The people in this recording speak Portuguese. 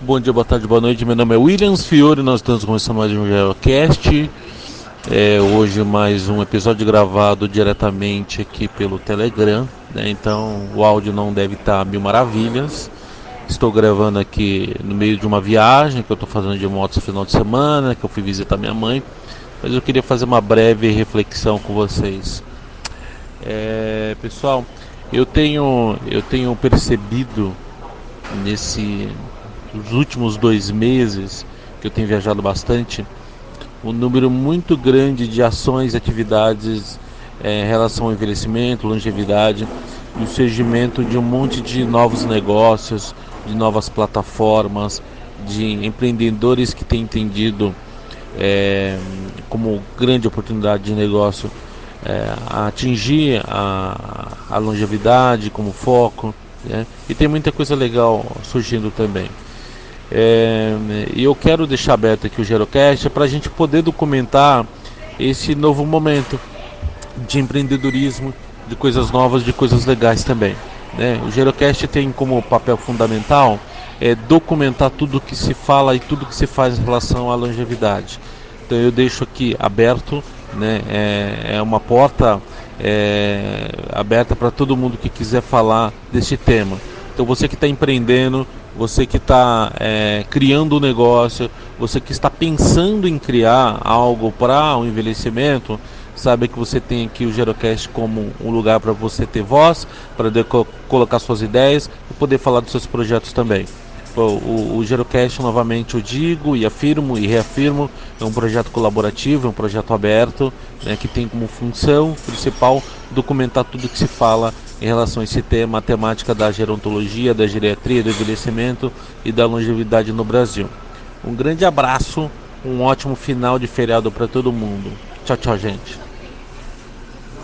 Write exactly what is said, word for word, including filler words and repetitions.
Bom dia, boa tarde, boa noite. Meu nome é Williams Fiore. Nós estamos começando mais um GeroCast. É, hoje mais um episódio gravado diretamente aqui pelo Telegram, né? Então o áudio não deve estar mil maravilhas. Estou gravando aqui no meio de uma viagem que eu estou fazendo de moto no final de semana, que eu fui visitar minha mãe. Mas eu queria fazer uma breve reflexão com vocês. É, pessoal, eu tenho, eu tenho percebido nesse nos últimos dois meses que eu tenho viajado bastante, um número muito grande de ações e atividades é, em relação ao envelhecimento, longevidade e o surgimento de um monte de novos negócios, de novas plataformas, de empreendedores que têm entendido é, como grande oportunidade de negócio é, atingir a, a longevidade como foco, né? E tem muita coisa legal surgindo também. É, e eu quero deixar aberto aqui o GeroCast para a gente poder documentar esse novo momento de empreendedorismo, de coisas novas, de coisas legais também, né? O GeroCast tem como papel fundamental é, documentar tudo que se fala e tudo que se faz em relação à longevidade. Então eu deixo aqui aberto, né? É, é uma porta é, aberta para todo mundo que quiser falar desse tema. Então você que está empreendendo, você que está é, criando um negócio, você que está pensando em criar algo para o envelhecimento, sabe que você tem aqui o GeroCast como um lugar para você ter voz, para co colocar suas ideias e poder falar dos seus projetos também. O, o, o GeroCast, novamente, eu digo e afirmo e reafirmo, é um projeto colaborativo, é um projeto aberto, né, que tem como função principal documentar tudo que se fala em relação a esse tema, a temática da gerontologia, da geriatria, do envelhecimento e da longevidade no Brasil. Um grande abraço, um ótimo final de feriado para todo mundo. Tchau, tchau, gente.